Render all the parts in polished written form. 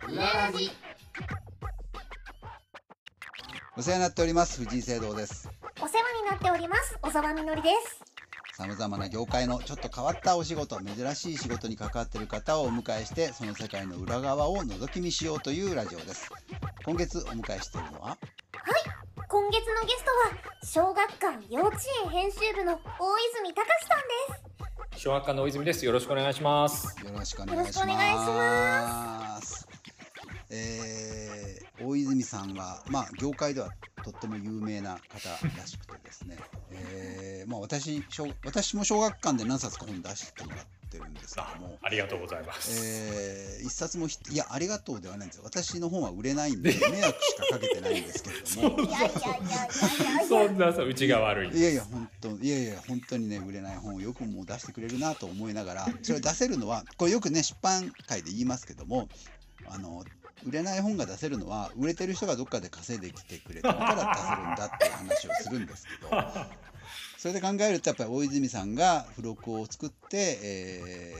うららじ。 お世話になっております藤井聖堂です。 お世話になっております小沢みのりです。 さまざまな業界のちょっと変わったお仕事、珍しい仕事に関わっている方をお迎えして、その世界の裏側を覗き見しようというラジオです。今月お迎えしているのは、 今月のゲストは小学館幼稚園編集部の大泉隆さんです。 小学館の大泉です。よろしくお願いします。 よろしくお願いしよろしくお願いします。大泉さんは、業界ではとっても有名な方らしくてですね、私も小学館で何冊か本出してもらってるんですけども、 ありがとうございます。 一冊もありがとうではないんですよ。私の本は売れないんで迷惑しかかけてないんですけれどもそんなうちが悪い。 いやいや本当にね、売れない本をよくもう出してくれるなと思いながら、それを出せるのは、これよくね出版界で言いますけども、売れない本が出せるのは売れてる人がどっかで稼いできてくれたから出せるんだっていう話をするんですけどそれで考えると、やっぱり大泉さんが付録を作って、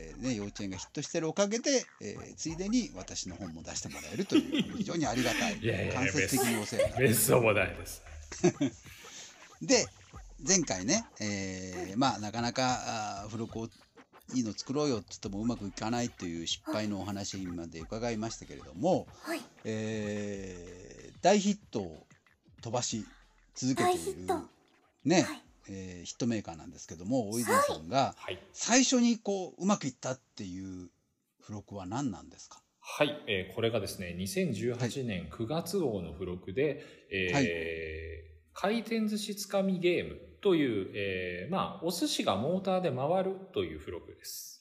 幼稚園がヒットしてるおかげで、ついでに私の本も出してもらえるという非常にありがたい間接的にお世話になる。 別荘もないです。 で、前回ね、なかなか付録をいいの作ろうよって言ってもうまくいかないという失敗のお話まで伺いましたけれども、大ヒットを飛ばし続けているね、ヒットメーカーなんですけども、大泉さんが最初にうまくいったっていう付録は何なんですか？ はい、これがですね、2018年9月号の付録で、回転寿司つかみゲームという、お寿司がモーターで回るという付録です。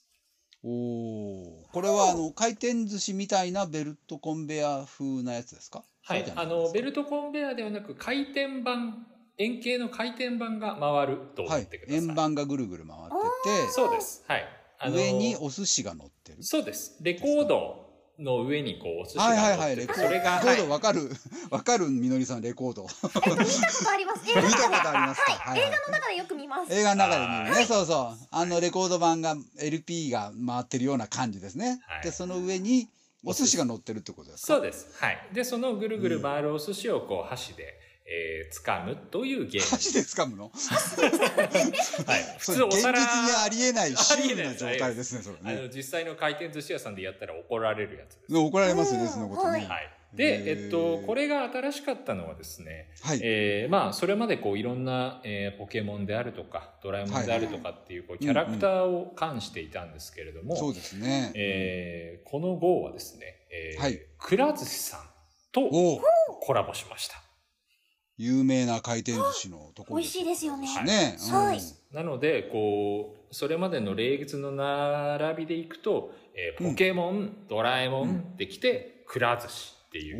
これは回転寿司みたいなベルトコンベヤー風なやつですか？ はい、ベルトコンベヤーではなく回転板、円形の回転板が回ると思ってください。 円盤がぐるぐる回ってて、 そうです。はい。 上にお寿司が乗ってる。 そうです。レコードの上にお寿司が乗ってる。 レコードわかるみのりさん、レコード。 見たことあります。 見たことありますか？ 映画の中でよく見ます。 映画の中で見るね。そうそう。レコード版が LP が回ってるような感じですね。で、その上にお寿司が乗ってるってことですか？ そうです。はい。で、そのぐるぐる回るお寿司を箸で掴むというゲーム。 箸で掴むの？ はい。普通お皿。 現実にありえないシュールな状態ですね、それね。 実際の回転寿司屋さんでやったら怒られるやつです。 怒られますよね、そのことね。 はい。で、これが新しかったのはですね、それまでいろんな、ポケモンであるとか、ドラえもんであるとかっていうキャラクターを冠していたんですけれども、 そうですね。 この号はですね、くら寿司さんとコラボしました。 有名な回転寿司のところです。 美味しいですよね。 はい。 なので、それまでの例月の並びでいくと、ポケモン、ドラえもんってきて、くら寿司っていう。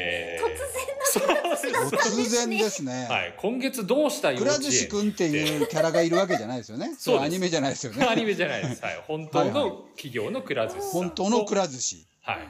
突然ですね。 はい。今月どうした幼稚園。 くら寿司くんっていうキャラがいるわけじゃないですよね。そう。アニメじゃないですよね。 アニメじゃないです。はい。本当の企業のくら寿司さん。 本当のくら寿司。 はい。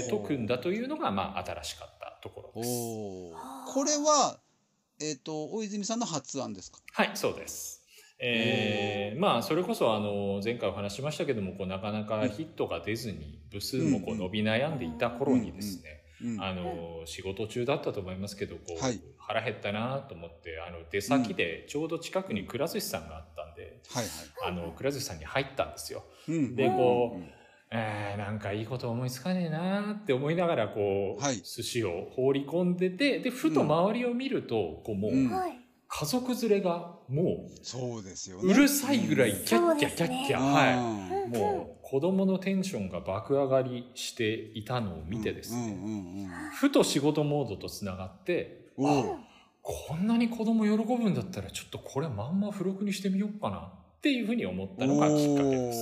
と組んだというのが、新しかったところです。 これは、大泉さんの発案ですか？ はい、そうです。それこそ前回お話ししましたけども、なかなかヒットが出ずに、部数も伸び悩んでいた頃にですね、仕事中だったと思いますけど、腹減ったなと思って、出先でちょうど近くにくら寿司さんがあったんで、くら寿司さんに入ったんですよ。で、なんかいいこと思いつかねえなって思いながら、寿司を放り込んでて、で、ふと周りを見ると、もう、家族連れがもう、 そうですよね。 うるさいぐらいキャッキャキャッキャ、はい。もう、子供のテンションが爆上がりしていたのを見てですね、ふと仕事モードとつながって、こんなに子供喜ぶんだったら、ちょっとこれまんま付録にしてみようかなっていうふうに思ったのがきっかけです。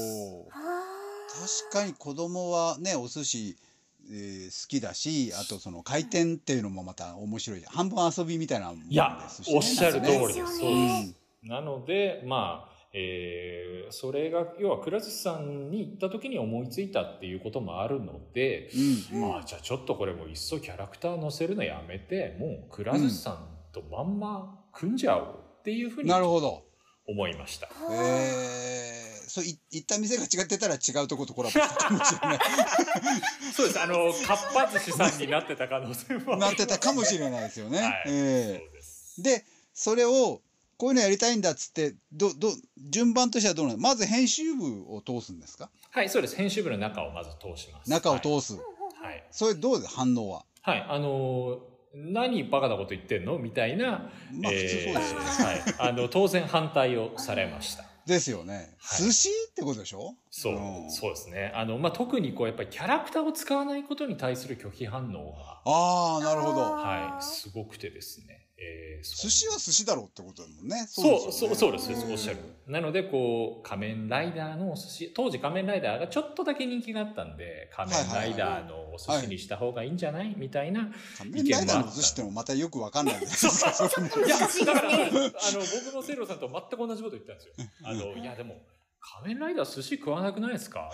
確かに子供はね、お寿司、好きだし、あとその回転っていうのもまた面白い。半分遊びみたいなもんですしね。 おっしゃる通りです。そうです。なので、それが、要はくら寿司さんに行った時に思いついたっていうこともあるので、じゃあちょっとこれもいっそキャラクター載せるのやめて、もうくら寿司さんとまんま組んじゃおうっていうふうに思いました。 行った店が違ってたら違うとことコラボしたかもしれない。 そうです。かっぱ寿司さんになってた可能性もなってたかもしれないですよね。 はい、そうです。 で、それを、こういうのやりたいんだっつって、順番としてはどうなの？まず編集部を通すんですか？ はい、そうです。編集部の中をまず通します。 中を通す。 はい。 それどうです反応は？ はい。何バカなこと言ってんのみたいな。 まあ普通そうですよね。 はい。当然反対をされました。 ですよね。寿司ってことでしょ？ そうですね。特にやっぱりキャラクターを使わないことに対する拒否反応が。 ああ、なるほど。 はい。すごくてですね。 寿司は寿司だろうってことだもんね。 そうです。おっしゃる。なので、仮面ライダーのお寿司、当時仮面ライダーがちょっとだけ人気があったんで、仮面ライダーのお寿司にした方がいいんじゃないみたいな意見もあった。 仮面ライダーのお寿司ってもまたよくわかんないんですよ。 いや、だから、僕もセイロさんと全く同じこと言ったんですよ。いや、でも、仮面ライダー寿司食わなくないですか？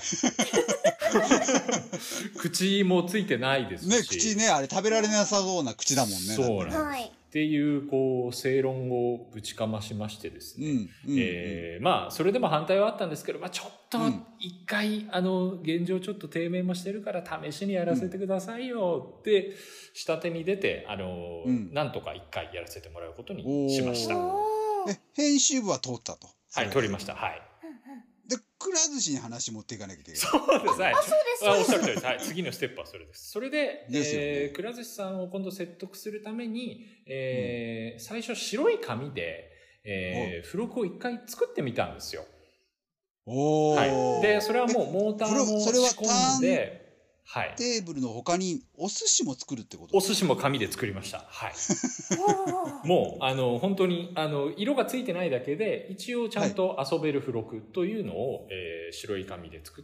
口もついてないですし。 ね、口ね、あれ食べられなさそうな口だもんね。 そうなんです。はい、っていう、正論をぶちかましましてですね。それでも反対はあったんですけど、ちょっと、一回、現状ちょっと低迷もしてるから試しにやらせてくださいよって、下手に出て、なんとか一回やらせてもらうことにしました。 編集部は通ったと。 はい、通りました。はい。 で、くら寿司に話持っていかなきゃいけない。 そうです。はい。 おっしゃる通りです。はい。次のステップはそれです。それで、くら寿司さんを今度説得するために、最初白い紙で、付録を一回作ってみたんですよ。はい。で、それはもうモーターも仕込んで、はい。 テーブルの他にお寿司も作るってこと？ お寿司も紙で作りました。はい。もう、本当に、色がついてないだけで、一応ちゃんと遊べる付録というのを、白い紙で作って、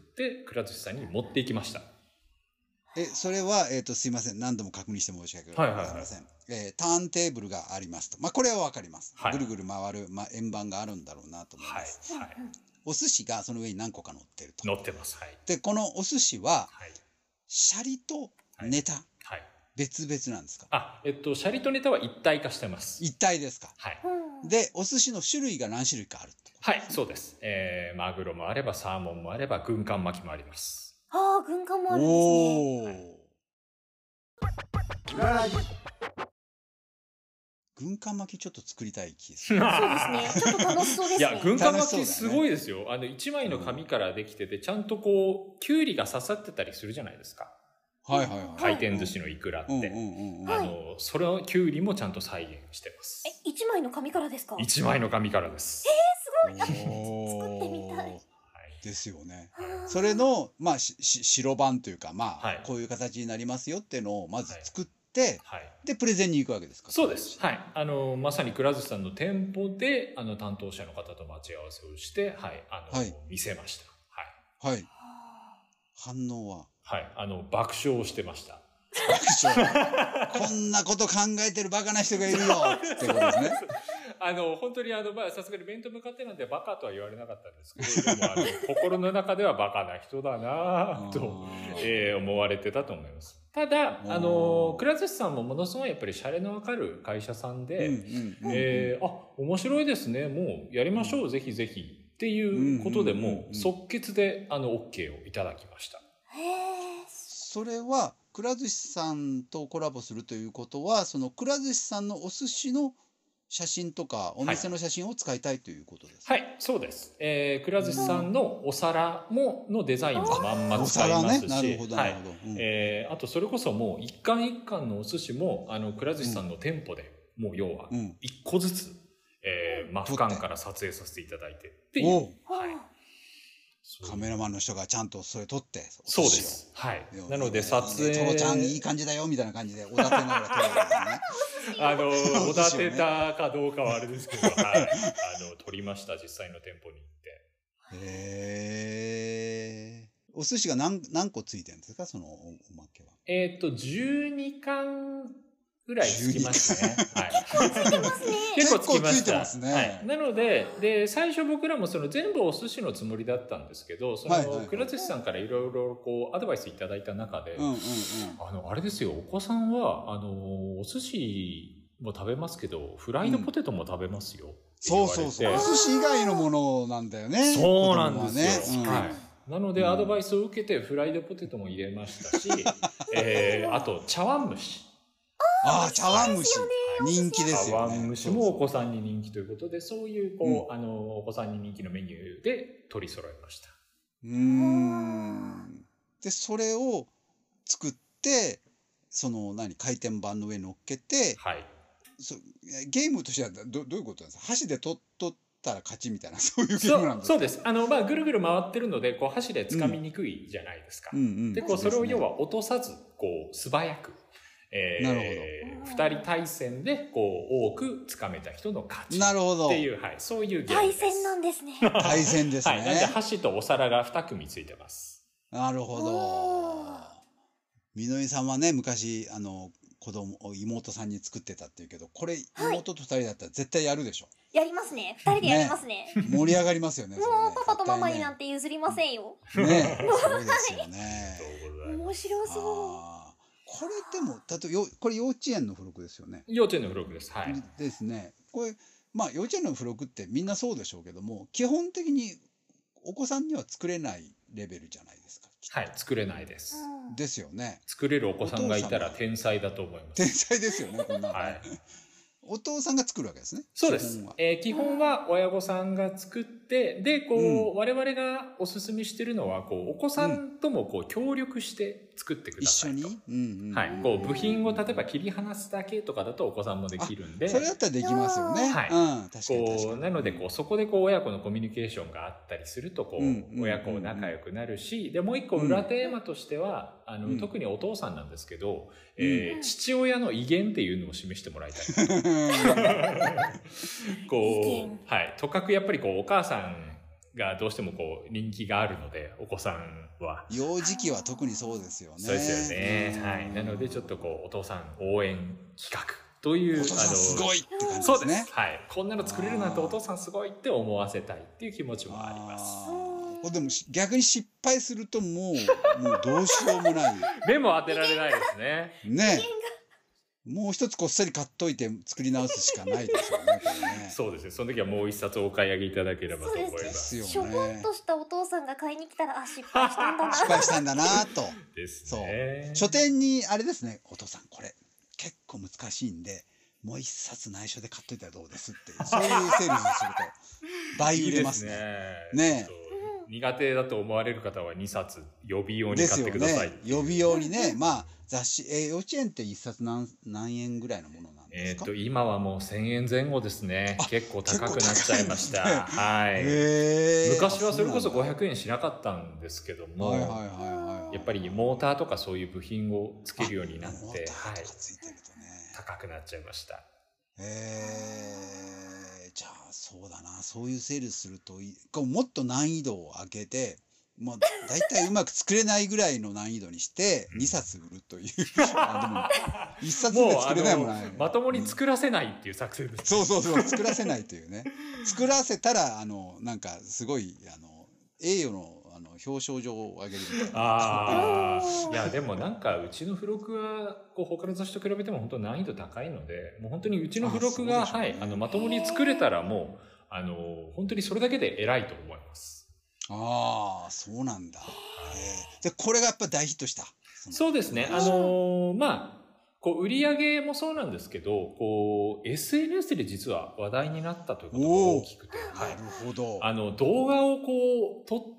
くら寿司さんに持っていきました。 それは、すいません。何度も確認して申し訳ございません。ターンテーブルがありますと。これはわかります。ぐるぐる回る、円盤があるんだろうなと思います。はい。お寿司がその上に何個か乗ってると。 乗ってます。はい。 で、このお寿司は、シャリとネタ、別々なんですか？ シャリとネタは一体化してます。 一体ですか？ はい。 で、お寿司の種類が何種類かあるってこと？ はい、そうです。マグロもあれば、サーモンもあれば、軍艦巻きもあります。 軍艦もあるんですね。軍艦巻きちょっと作りたい気がする。 そうですね。ちょっと楽しそうですね。 いや、軍艦巻きすごいですよ。1枚の紙からできてて、ちゃんときゅうりが刺さってたりするじゃないですか。 はい。 回転寿司のイクラって。それをきゅうりもちゃんと再現してます。 1枚の紙からですか ？1枚の紙からです。 すごい。作ってみたい。 ですよね。それの、白版というか、こういう形になりますよっていうのをまず作って、で、プレゼンに行くわけですか？ そうです。はい。まさにくら寿司さんの店舗で、担当者の方と待ち合わせをして、見せました。 はい。反応は？ はい。爆笑をしてました。 爆笑。こんなこと考えてるバカな人がいるよってことですね。 本当にさすがに面と向かってなんてバカとは言われなかったんですけど、でも心の中ではバカな人だなと、思われてたと思います。ただ、くら寿司さんもものすごいやっぱりシャレのわかる会社さんで、面白いですね、もうやりましょう、ぜひぜひっていうことでもう即決でOK をいただきました。 それは、くら寿司さんとコラボするということは、そのくら寿司さんのお寿司の写真とかお店の写真を使いたいということですか？ はい、そうです。くら寿司さんのお皿のデザインもまんま使いますし、 なるほど。 あとそれこそもう一貫一貫のお寿司もくら寿司さんの店舗でもう要は一個ずつ真俯瞰から撮影させていただいてっていう。 カメラマンの人がちゃんとそれ撮って。 そうです。はい。なので撮影。 トロちゃんいい感じだよみたいな感じでおだてながら撮るわけですね。 おだてたかどうかはあれですけど、撮りました、実際の店舗に行って。 お寿司が何個ついてるんですか、そのおまけは。 12貫ぐらいつきますね。はい。 結構つきました。 結構ついてますね。 はい。なので、最初僕らも全部お寿司のつもりだったんですけど、くら寿司さんからいろいろアドバイスいただいた中で、あれですよ、お子さんは、お寿司も食べますけど、フライドポテトも食べますよ。 言われて。 そうそうそう。お寿司以外のものなんだよね。 そうなんですよ。 ね、 はい。なのでアドバイスを受けてフライドポテトも入れましたし、あと茶碗蒸し。 ああ、茶碗蒸し。人気ですよね。 茶碗蒸しもお子さんに人気ということで、そういうお子さんに人気のメニューで取り揃えました。 で、それを作って、回転板の上に乗っけて、 はい。 ゲームとしてはどういうことなんですか？箸で取ったら勝ちみたいな、そういうゲームなんですか？ そうです。ぐるぐる回ってるので、箸で掴みにくいじゃないですか。で、それを要は落とさず、素早く、 なるほど。 2人対戦で、多く掴めた人の勝ち。 なるほど。 っていう、はい、そういうゲームです。 対戦なんですね。 対戦ですね。 はい。なんで、箸とお皿が2組ついてます。 なるほど。みのりさんはね、昔、妹さんに作ってたっていうけど、これ、妹と2人だったら絶対やるでしょ。 やりますね。2人でやりますね。 盛り上がりますよね。 もうパパとママになんて譲りませんよ。 ね、そうですよね。 面白そう。 これでも、これ幼稚園の付録ですよね。 幼稚園の付録です。はい。 ですね。これ、幼稚園の付録ってみんなそうでしょうけども、基本的にお子さんには作れないレベルじゃないですか。 はい、作れないです。 ですよね。 作れるお子さんがいたら天才だと思います。 天才ですよね、こんなの。はい。お父さんが作るわけですね。 そうです。基本は親御さんが作って、で、我々がおすすめしてるのは、お子さんとも協力して作ってくださいと。 一緒にはい。部品を例えば切り離すだけとかだとお子さんもできるんで。 それだったらできますよね。 はい。 確かに。 なので、そこで親子のコミュニケーションがあったりすると、親子仲良くなるし、で、もう一個裏テーマとしては、特にお父さんなんですけど、父親の威厳っていうのを示してもらいたい。はい。とかくやっぱりお母さんがどうしても人気があるので、お子さんは。 幼児期は特にそうですよね。 そうですよね。はい。なのでちょっとお父さん応援企画という。 お父さんすごいって感じですね。 そうです。はい。こんなの作れるなんてお父さんすごいって思わせたいっていう気持ちもあります。 これでも逆に失敗するともうどうしようもない。 目も当てられないですね。 ね。もう一つこっそり買っといて作り直すしかないですよね。 そうですね。その時はもう一冊お買い上げいただければと思います。 しょぼんとしたお父さんが買いに来たら、失敗したんだな。 失敗したんだなと。 ですね。 そう。書店にあれですね、お父さんこれ結構難しいんで、もう一冊内緒で買っといたらどうですっていう、そういうセールスすると倍売れますね。ね。 苦手だと思われる方は2冊予備用に買ってください。 予備用にね、雑誌、幼稚園って1冊何円ぐらいのものなんですか？ 今はもう1000円前後ですね。結構高くなっちゃいました。はい。昔はそれこそ500円しなかったんですけども、やっぱりモーターとかそういう部品をつけるようになって、高くなっちゃいました。 じゃあそうだな、そういうセールするともっと難易度を上げて、もう大体うまく作れないぐらいの難易度にして2冊売るという。でも1冊で作れないもんね。 まともに作らせないっていう作戦です。 そう作らせないというね。作らせたらなんかすごい栄誉の表彰状をあげるみたいな。 いやでもなんかうちの付録は他の雑誌と比べても本当難易度高いので、もう本当にうちの付録がまともに作れたらもう本当にそれだけで偉いと思います。 そうなんだ。でこれがやっぱ大ヒットした。 そうですね。売り上げもそうなんですけど、SNS で実は話題になったということが大きくて。 なるほど。 動画を撮って、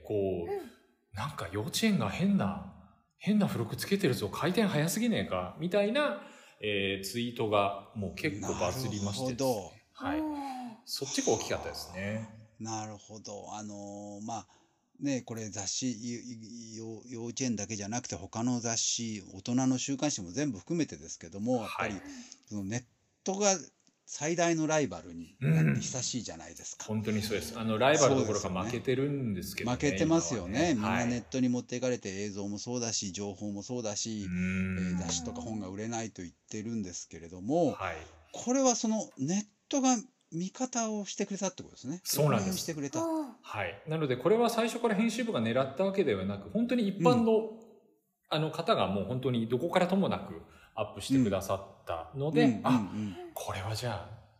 なんか幼稚園が変な付録つけてるぞ、回転早すぎねえか、みたいな、ツイートがもう結構バズりましてですね。はい。そっちが大きかったですね。 なるほど。ね、これ雑誌、幼稚園だけじゃなくて他の雑誌、大人の週刊誌も全部含めてですけども、やっぱりそのネットが最大のライバルになって久しいじゃないですか。 本当にそうです。ライバルどころか負けてるんですけどね。 負けてますよね。みんなネットに持っていかれて映像もそうだし、情報もそうだし、雑誌とか本が売れないと言ってるんですけれども、これはそのネットが味方をしてくれたってことですね。 そうなんです。 してくれた。 はい。なのでこれは最初から編集部が狙ったわけではなく、本当に一般の、方がもう本当にどこからともなくアップしてくださったので、これはじゃあ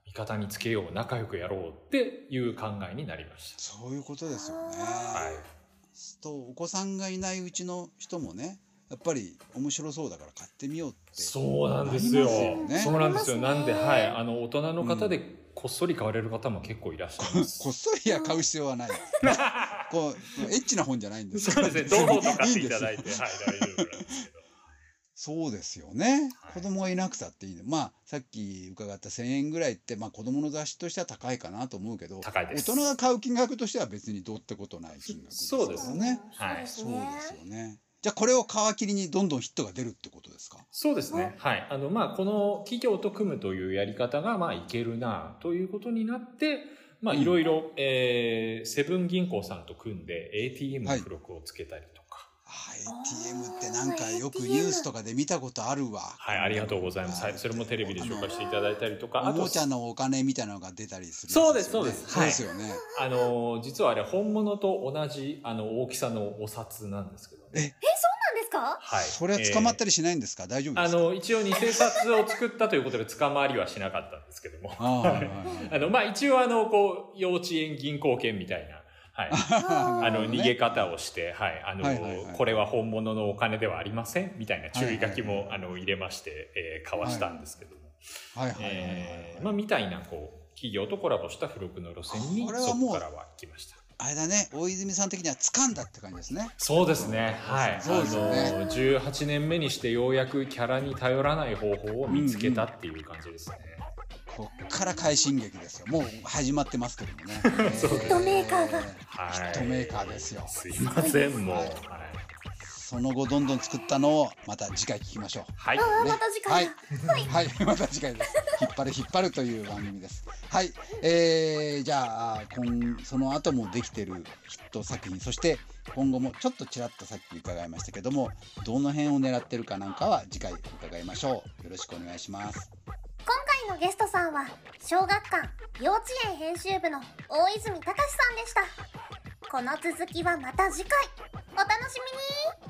味方につけよう、仲良くやろうっていう考えになりました。 そういうことですよね。 はい。 とお子さんがいないうちの人もね、やっぱり面白そうだから買ってみようって。 そうなんですよ。そうなんですよ。 ね、 なんで、はい、大人の方でこっそり買われる方も結構いらっしゃいます。 こっそりは買う必要はない。こうエッチな本じゃないんですそうですね。どうぞ買っていただいて、はい、大丈夫なんですけど。 そうですよね。子供がいなくたっていい。まあさっき伺った1000円ぐらいって、まあ子供の雑誌としては高いかなと思うけど、 高いです。 大人が買う金額としては別にどうってことない金額ですよね。 そうですね。はい。 そうですよね。じゃあこれを皮切りにどんどんヒットが出るってことですか？ そうですね。はい。まあこの企業と組むというやり方がまあいけるなということになって、まあいろいろセブン銀行さんと組んで ATM の付録をつけたりとか。 ATM ってなんかよくニュースとかで見たことあるわ。 はい、ありがとうございます。はい、それもテレビで紹介していただいたりとか、 おもちゃのお金みたいなのが出たりする、 そうです、そうです。 そうですよね。 実はあれ本物と同じ大きさのお札なんですけど、ね。 そうなんですか？ はい。 それは捕まったりしないんですか？大丈夫ですか？ 一応偽札を作ったということで捕まりはしなかったんですけども。まあ一応こう幼稚園銀行券みたいな。はい。逃げ方をして、はい。これは本物のお金ではありませんみたいな注意書きも、入れまして、交わしたんですけども。まあ、みたいな、企業とコラボした付録の路線に、そこからは来ました。 あれだね、大泉さん的には掴んだって感じですね。 そうですね。はい。 そうですね。 18年目にしてようやくキャラに頼らない方法を見つけたっていう感じですね。 こっから快進撃ですよ。もう始まってますけどもね。 ヒットメーカーが。 ヒットメーカーですよ。 すいません、もう。 その後どんどん作ったのをまた次回聞きましょう。 はい。また次回。 はい、また次回です。引っ張るという番組です。はい。じゃあその後もできてるヒット作品、そして今後もちょっとちらっとさっき伺いましたけども、どの辺を狙ってるかなんかは次回伺いましょう。よろしくお願いします。 今回のゲストさんは小学館幼稚園編集部の大泉隆さんでした。この続きはまた次回お楽しみに。